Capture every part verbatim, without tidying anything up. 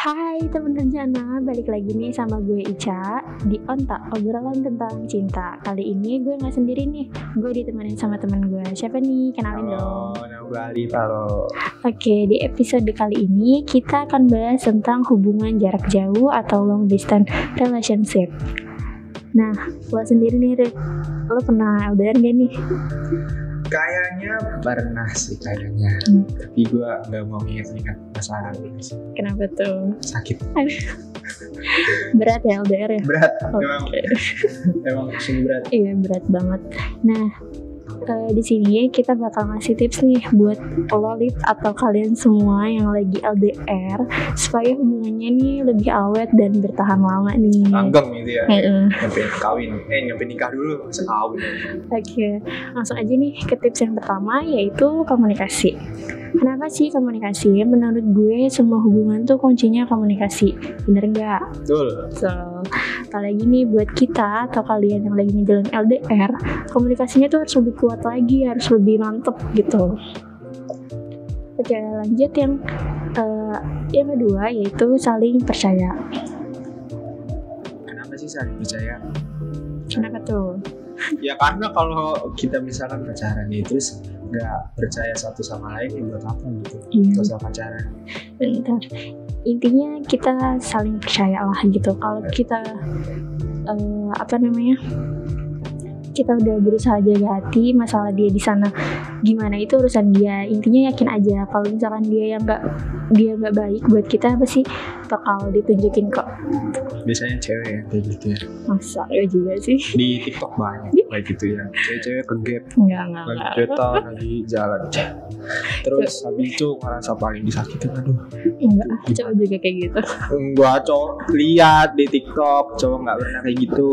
Hai teman rencana, balik lagi nih sama gue Ica di Onta, obrolan tentang cinta. Kali ini gue gak sendiri nih, gue ditemenin sama teman gue. Siapa nih? Kenalin halo, dong. Halo, nama gue Alif, halo. Oke, di episode kali ini kita akan bahas tentang hubungan jarak jauh atau long distance relationship. Nah, lo sendiri nih, Rick, lo pernah L D R gak nih? Kayaknya pernah sih kayaknya, hmm. tapi gue nggak mau ingat-ingat masa lalu sih. Kenapa tuh? Sakit. Berat ya L D R ya? Berat. Okay. Emang, emang sungguh berat. Iya berat banget. Nah, uh, di sini kita bakal ngasih tips nih buat lo Lip atau kalian semua yang lagi L D R supaya hubungannya nih lebih awet dan bertahan lama nih. Langgeng gitu ya. Mm-hmm. Nyampe kawin, eh nyampe nikah dulu, masa kawin. Oke, okay. Langsung aja nih ke tips yang pertama, yaitu komunikasi. Kenapa sih komunikasi? Menurut gue semua hubungan tuh kuncinya komunikasi. Bener gak? Betul. So, apalagi nih buat kita atau kalian yang lagi ngejalan L D R, komunikasinya tuh harus lebih kuat lagi, harus lebih mantep gitu. Oke, lanjut yang uh, yang kedua, yaitu saling percaya. Kenapa sih saling percaya? Kenapa tuh? Ya karena kalau kita misalkan pacaran nih terus nggak percaya satu sama lain, ya buat apa gitu? Iya. Gak usah pacaran. Bentar. Intinya kita saling percaya lah gitu. Kalau kita uh, apa namanya? Kita udah berusaha jaga hati, masalah dia di sana gimana itu urusan dia. Intinya yakin aja kalau misalkan dia yang nggak dia nggak baik buat kita, apa sih bakal ditunjukin kok. Biasanya cewek ya kayak gitu ya. Masa ya juga sih. Di TikTok banyak kayak gitu ya. Cewek-cewek kegap. Enggak enggak. Lagi kereta, lagi jalan. Terus habis itu ngerasa paling disakitin, aduh. Enggak, cowok juga kayak gitu. Enggak, cowok lihat di TikTok, cowok nggak pernah kayak gitu.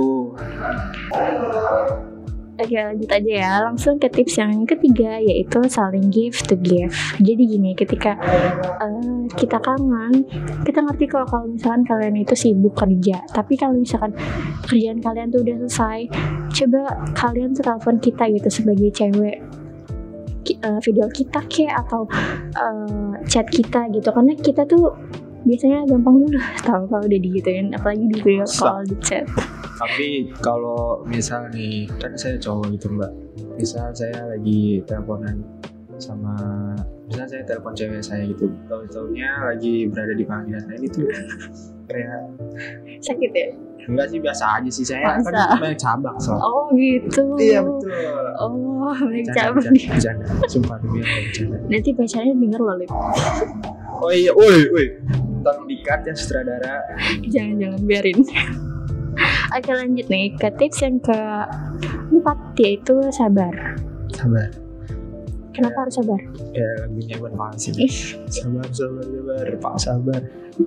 Oke, lanjut aja ya. Langsung ke tips yang ketiga, yaitu saling give to give. Jadi gini, ketika uh, kita kangen, kita ngerti kok kalau misalkan kalian itu sibuk kerja. Tapi kalau misalkan kerjaan kalian tuh udah selesai, coba kalian tuh telepon kita gitu sebagai cewek. Uh, video kita kek atau uh, chat kita gitu. Karena kita tuh biasanya gampang dulu tahu kalau udah digituin, apalagi di video call, di chat. Tapi kalau misal nih, kan saya cowok gitu mbak, misal saya lagi teleponan sama, misal saya telepon cewek saya gitu, tahu-taunya lagi berada di panggilan lain, itu kayak sakit ya? Enggak sih, biasa aja sih, saya Masa? Kan banyak cabang soal. Oh gitu. Iya betul. Oh banyak cabang. Bercanda, sumpah demi Allah bercanda. Nanti pacarnya denger loh Lip. Oh iya, woi woi, tolong dikat ya sutradara. Jangan-jangan biarin. Oke, lanjut nih ke tips yang keempat, yaitu sabar. Sabar. Kenapa ya, harus sabar? Ya lagunya Iwan Fals sih. Sabar, sabar, sabar, Pak sabar.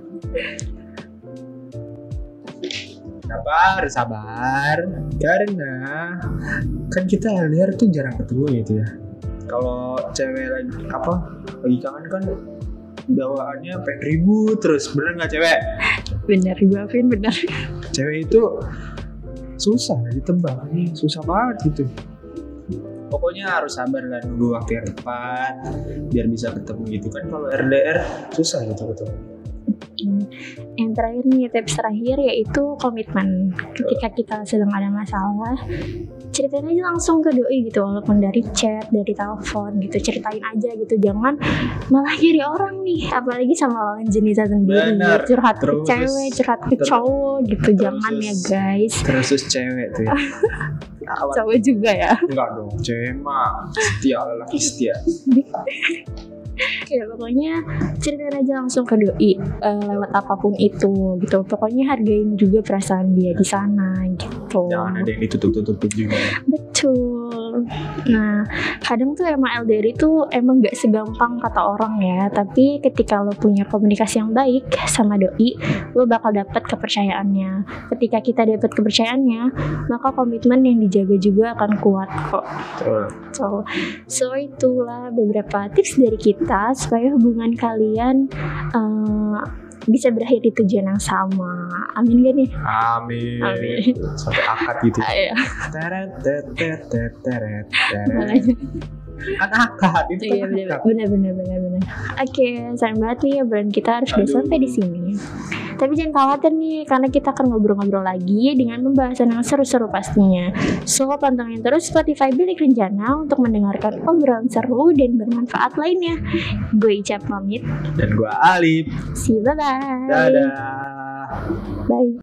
Sabar, sabar. Karena kan kita L D R tuh jarang ketemu gitu ya. Kalau cewek lagi apa lagi kangen kan bawaannya pengen ribut terus, bener nggak cewek? Bener, Gavin bener. Cewek itu susah ditebak, nih susah banget gitu. Pokoknya harus sabar lah, nunggu waktu yang tepat biar bisa ketemu gitu kan. Kalau L D R susah gitu betul. Yang terakhir nih, tips terakhir yaitu komitmen. Ketika kita sedang ada masalah, ceritain aja langsung ke doi gitu, walaupun dari chat, dari telepon gitu, ceritain aja gitu. Jangan malah nyari orang nih, apalagi sama lawan jenisnya sendiri. Bener. Curhat terus, ke cewek, curhat ke cowok gitu. Jangan ya guys. Terus cewek tuh ya. Cowok juga ya? Enggak dong, cewek mah setia, lelaki setia. Ya pokoknya ceritain aja langsung ke doi uh, lewat apapun itu gitu. Pokoknya hargain juga perasaan dia di sana gitu. Jangan ada yang ditutup-tutupin juga. Betul. Nah, kadang tuh emang L D R itu emang gak segampang kata orang ya. Tapi ketika lo punya komunikasi yang baik sama doi, lo bakal dapat kepercayaannya. Ketika kita dapat kepercayaannya, maka komitmen yang dijaga juga akan kuat kok. Betul. So, so itulah beberapa tips dari kita supaya hubungan kalian uh, bisa berakhir di tujuan yang sama. Amin gak nih? Amin. Amin. Sampai akad gitu. Ayo. Teret teret teret teret teret. Kan akad itu. Iya benar benar benar benar benar. Oke, sayang banget nih obrolan kita harus udah sampai di sini. Tapi jangan khawatir nih, karena kita akan ngobrol-ngobrol lagi dengan pembahasan yang seru-seru pastinya. So, pantengin terus Spotify Bilik Rencana untuk mendengarkan obrolan seru dan bermanfaat lainnya. Gue Icap pamit. Dan gue Alif. See you, bye-bye. Dadah. Bye.